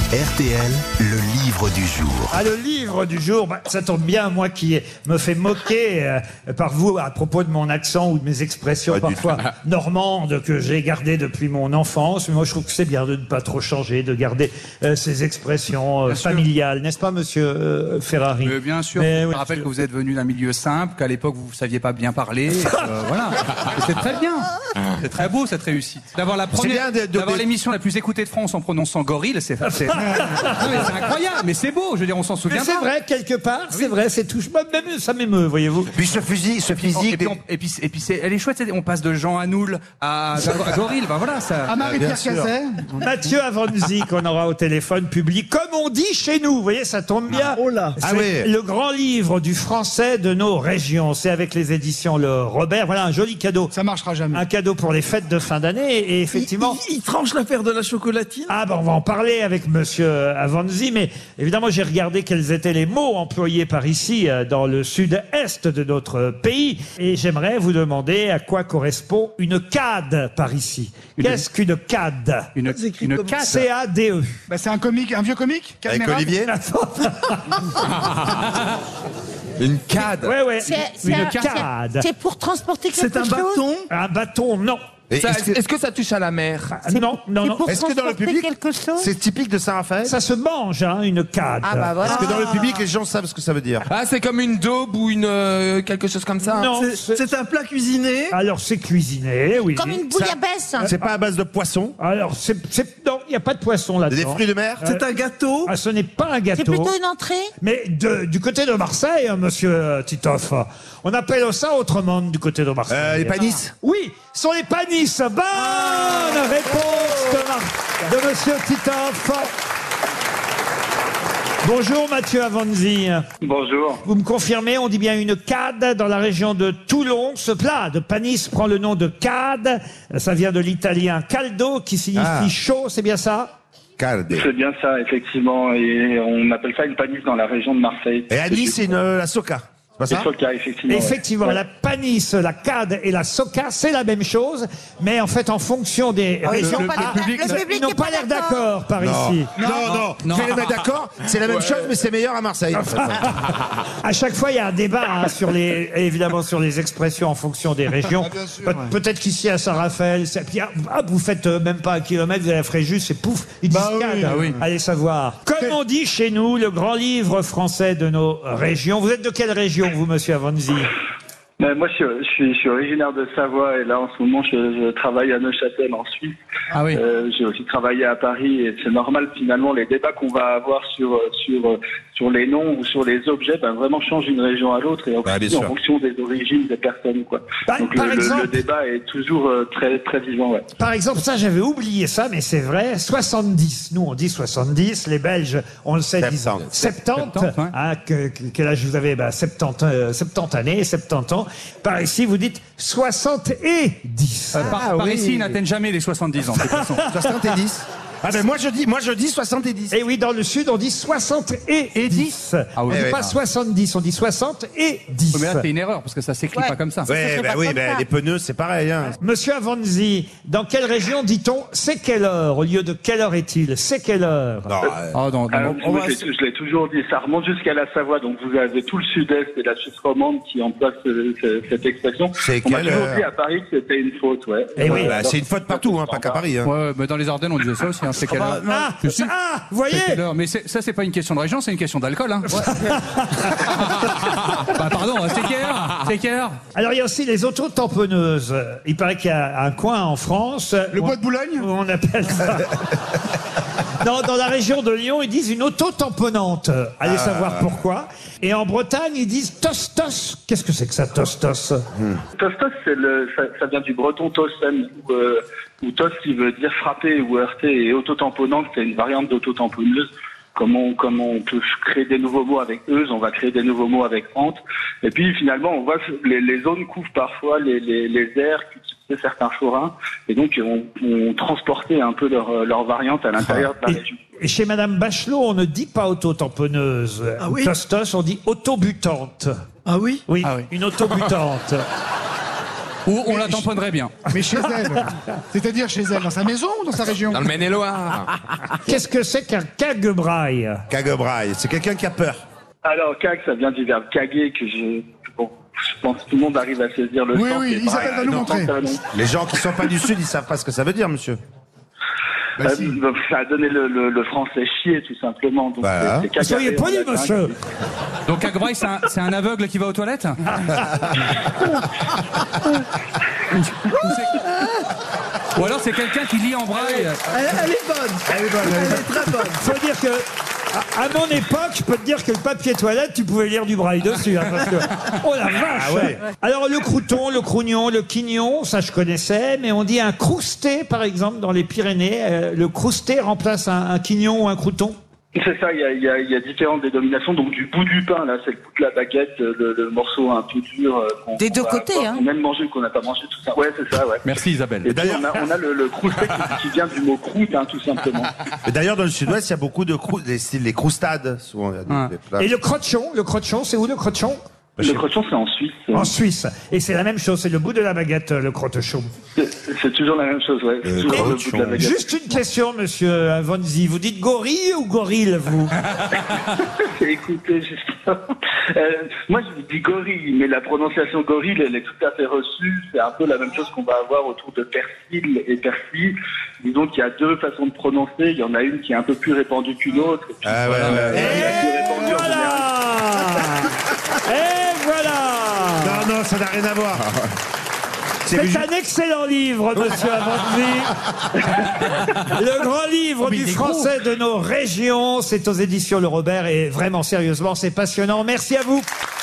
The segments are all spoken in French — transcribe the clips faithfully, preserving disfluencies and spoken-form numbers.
R T L, le livre du jour. Ah, le livre du jour, bah, ça tombe bien, moi qui me fais moquer euh, par vous à propos de mon accent ou de mes expressions Pas parfois normandes que j'ai gardées depuis mon enfance. Mais moi, je trouve que c'est bien de ne pas trop changer, de garder euh, ces expressions euh, familiales, n'est-ce pas, monsieur euh, Ferrari? Euh, Bien sûr. Mais Je oui, rappelle sûr. que vous êtes venu d'un milieu simple, qu'à l'époque vous ne saviez pas bien parler. euh, voilà. Et c'est très bien. C'est très beau cette réussite. D'avoir la première, bien de- de- d'avoir de- l'émission la plus écoutée de France en prononçant gorille, c'est c'est- Non, mais c'est incroyable. Mais c'est beau. Je veux dire, on s'en Mais souvient c'est pas. vrai, quelque part, c'est vrai, c'est tout. Même, ça m'émeut, voyez-vous. Puis ce fusil, ce Et physique. puis, on- et puis, et puis c'est, elle est chouette. c'est- On passe de Jean Hanoul à, à Gorille. Ben voilà, ça. À Marie-Pierre sûr. Cazet. Mathieu Avanzi, qu'on aura au téléphone, publie, comme on dit chez nous, vous voyez, ça tombe bien. Oh là. C'est Ah oui. le grand livre du français de nos régions. C'est avec les éditions Le Robert. Voilà un joli cadeau. Ça marchera jamais. Un cadeau pour les fêtes de fin d'année. Et effectivement. Il, il tranche l'affaire de la chocolatine. Ah ben on va en parler avec monsieur Avanzi, mais évidemment j'ai regardé quels étaient les mots employés par ici euh, dans le sud-est de notre pays et j'aimerais vous demander à quoi correspond une cade par ici. Qu'est-ce qu'une cade? Une, C'est écrit une comme cade. C A D E. Bah, c'est un comique, un vieux comique. Avec Cadmerade. Olivier. Une cade. Ouais ouais. C'est c'est Une un- cade. c'est- c'est pour transporter quelque C'est un chose. bâton. Un bâton, non. Et Ça, est-ce que- Est-ce que ça touche à la mer? Ah, Non, non, C'est non. pour Est-ce que dans le transporter public, quelque chose. c'est typique de Saint-Raphaël? Ça se mange, hein, une cade. Ah bah voilà. Est-ce que dans le public, les gens savent ce que ça veut dire? Ah, c'est comme une daube ou une euh, quelque chose comme ça. Non. C'est- c'est- C'est un plat cuisiné. Alors c'est cuisiné, oui. Comme une bouillabaisse. C'est pas à base de poisson? Alors c'est, c'est- non, il n'y a pas de poisson Des là-dedans. fruits de mer? C'est un gâteau. Ah, ce n'est pas un C'est gâteau. plutôt une entrée. Mais de- du côté de Marseille, hein, monsieur euh, Titoff, on appelle ça autrement du côté de Marseille. Euh, les panisses? Oui, ce sont les panisses. Bonne réponse de, Mar- de monsieur Titoff. Bonjour Mathieu Avanzi. Bonjour. Vous me confirmez, on dit bien une cade dans la région de Toulon. Ce plat de panisse prend le nom de cade. Ça vient de l'italien caldo qui signifie Ah. chaud, c'est bien ça? Cade. C'est bien ça, effectivement. Et on appelle ça une panisse dans la région de Marseille. Et à Nice, c'est une, euh, la soca. C'est pas C'est ça? Soca, effectivement. ouais. Effectivement, Ouais. la panisse, la cade et la soca, c'est la même chose, mais en fait, en fonction des Ah, ils régions, sont pas Ah, le public- le public ils n'ont est pas pas l'air d'accord. d'accord par Non. ici. Non, non, non. Je vais les mettre d'accord. C'est la même chose, mais c'est meilleur à Marseille. en fait. À chaque fois, il y a un débat hein, sur les, évidemment, sur les expressions en fonction des régions. Pe- Peut-être qu'ici à Saint-Raphaël, c'est- puis, ah, ah, vous faites euh, même pas un kilomètre, vous allez à Fréjus, c'est pouf, ils disent Bah oui. cade. Ah oui. Allez savoir. Comme on dit chez nous, le grand livre français de nos régions. Vous êtes de quelle région, vous, monsieur Avanzi? Mais moi, je suis, je, suis, je suis originaire de Savoie et là, en ce moment, je, je travaille à Neuchâtel, en Suisse. Ah oui. Euh, j'ai aussi travaillé à Paris et c'est normal, finalement, les débats qu'on va avoir sur, euh, sur, euh, sur les noms ou sur les objets, ben, vraiment changent d'une région à l'autre et en, Bah, bien en sûr. fonction des origines des personnes, quoi. Bah, Donc, par le, le- exemple- le débat est toujours euh, très, très vivant, ouais. Par exemple, ça, j'avais oublié ça, mais c'est vrai, soixante-dix. Nous, on dit soixante-dix. Les Belges, on le sait, disent Septante. septante. Septante, ouais. Hein, que- que- quel âge vous avez? Bah, septante, euh, septante années, septante ans. Par ici, vous dites soixante et dix. Euh, par, par ici, ils n'atteignent jamais les soixante-dix ans. De toute façon. soixante-dix. Ah ben moi je dis, moi je dis soixante-dix. Et oui, dans le sud, on dit soixante et dix. Ah oui. On dit Eh pas oui. soixante-dix, on dit soixante et dix. Mais là, c'est une erreur parce que ça s'écrit Ouais. pas comme ça. Ouais, serait bah pas oui, comme bah, ça. les pneus c'est pareil. Hein. Monsieur Avanzi, dans quelle région dit-on c'est quelle heure au lieu de quelle heure est-il? C'est quelle heure? Non, euh, Ah, dans, dans- Alors, on moi, va- je, l'ai- je l'ai toujours dit, ça remonte jusqu'à la Savoie, donc vous avez tout le sud-est et la Suisse romande qui emploient ce- ce- cette expression. C'est On m'a quelle toujours heure dit à Paris que c'était une faute, ouais. Eh oui. bah, c'est une faute partout, hein, pas qu'à Paris. Hein. Ouais, mais dans les Ardennes, on disait ça aussi. Hein. C'est quelle heure? Ah, Je suis- ah, vous voyez? C'est quelle heure? Mais c'est- ça, c'est pas une question de région, c'est une question d'alcool. Hein. bah, pardon, c'est quelle heure? C'est quelle heure? Alors il y a aussi les autotamponneuses. Il paraît qu'il y a un coin en France. Le où bois on- de Boulogne. où on appelle ça. Non, dans la région de Lyon, ils disent une autotamponnante. Allez savoir pourquoi. Et en Bretagne, ils disent tostos. Qu'est-ce que c'est que ça, tostos? Tostos, c'est le, ça, ça vient du breton tossen, où, euh, où tos qui veut dire frapper ou heurter, et autotamponnante, c'est une variante d'autotamponneuse. Comme on, comme on peut créer des nouveaux mots avec euse, on va créer des nouveaux mots avec hante. Et puis finalement, on voit que les, les zones couvrent parfois les, les, les aires qu'utilisaient certains forains, et donc on, on transportait un peu leur, leur variante à l'intérieur de la Et, région. et chez Madame Bachelot, on ne dit pas autotamponneuse. Ah Ou oui tostos, on dit autobutante. Ah oui. Oui, Ah oui. une autobutante. Ou on la tamponnerait bien. Mais chez elle. C'est-à-dire chez elle, dans sa maison ou dans sa région? Dans le Maine-et-Loire. Qu'est-ce que c'est qu'un caguebraille? Caguebraille, c'est quelqu'un qui a peur. Alors, cag, ça vient du verbe caguer, que je, bon, je pense que tout le monde arrive à saisir le Oui, sens. oui, et Isabelle pareil, va nous non, montrer. ça, non. Les gens qui sont pas du Sud, ils savent pas ce que ça veut dire, monsieur. Bah, Euh, si. donc, ça a donné le, le, le français chier, tout simplement. Donc, Voilà. c'est- c'est Soyez cagaré, poli, en latin. monsieur. Donc Caguebraille, c'est un, c'est un aveugle qui va aux toilettes? Ou alors c'est quelqu'un qui lit en braille. Elle, elle est bonne. Elle est bonne. Elle est très bonne. Faut dire que, à, à mon époque, je peux te dire que le papier toilette, tu pouvais lire du braille dessus. Hein, parce que, oh la vache! Ah ouais. Alors, le crouton, le crougnon, le quignon, ça je connaissais, mais on dit un crousté, par exemple, dans les Pyrénées. Euh, le crousté remplace un, un quignon ou un crouton? C'est ça, il y a, il y, a, il y a différentes dénominations. Donc, du bout du pain, là, c'est le bout de la baguette, le, le morceau un peu dur. euh, qu'on- Des deux qu'on va- côtés, hein. qu'on aime manger ou qu'on n'a pas mangé, tout ça. Ouais, c'est ça, ouais. Merci Isabelle. Et puis, on a, on a le, le crousté qui, qui vient du mot croûte, hein, tout simplement. Et d'ailleurs, dans le Sud-Ouest, il y a beaucoup de crou... les, les croustades. Souvent, il y a des, Ah. des plats. Et le crochon, le crochon, c'est où le crochon? Le crochon, c'est en Suisse. En Suisse. Et c'est la même chose, c'est le bout de la baguette, le crochon. C'est c'est toujours la même chose, ouais. C'est Le toujours le bout de crochon. la baguette. Juste une question, monsieur Vonzi. Vous dites gorille ou gorille, vous? Écoutez, justement, euh, moi je dis gorille, mais la prononciation gorille, elle est tout à fait reçue. C'est un peu la même chose qu'on va avoir autour de persil et persil. Disons qu'il y a deux façons de prononcer. Il y en a une qui est un peu plus répandue qu'une autre. Et puis, Ah ouais, voilà, ouais, ouais. la plus répandue en général. Voilà. Et voilà. Non, non, ça n'a rien à voir. C'est un excellent livre, monsieur Avanzi. Le grand livre du français de nos régions. C'est aux éditions Le Robert et vraiment, sérieusement, c'est passionnant. Merci à vous.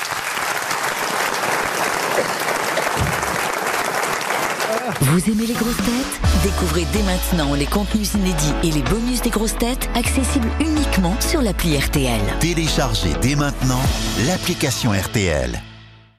Vous aimez les grosses têtes? Découvrez dès maintenant les contenus inédits et les bonus des grosses têtes accessibles uniquement sur l'appli R T L. Téléchargez dès maintenant l'application R T L.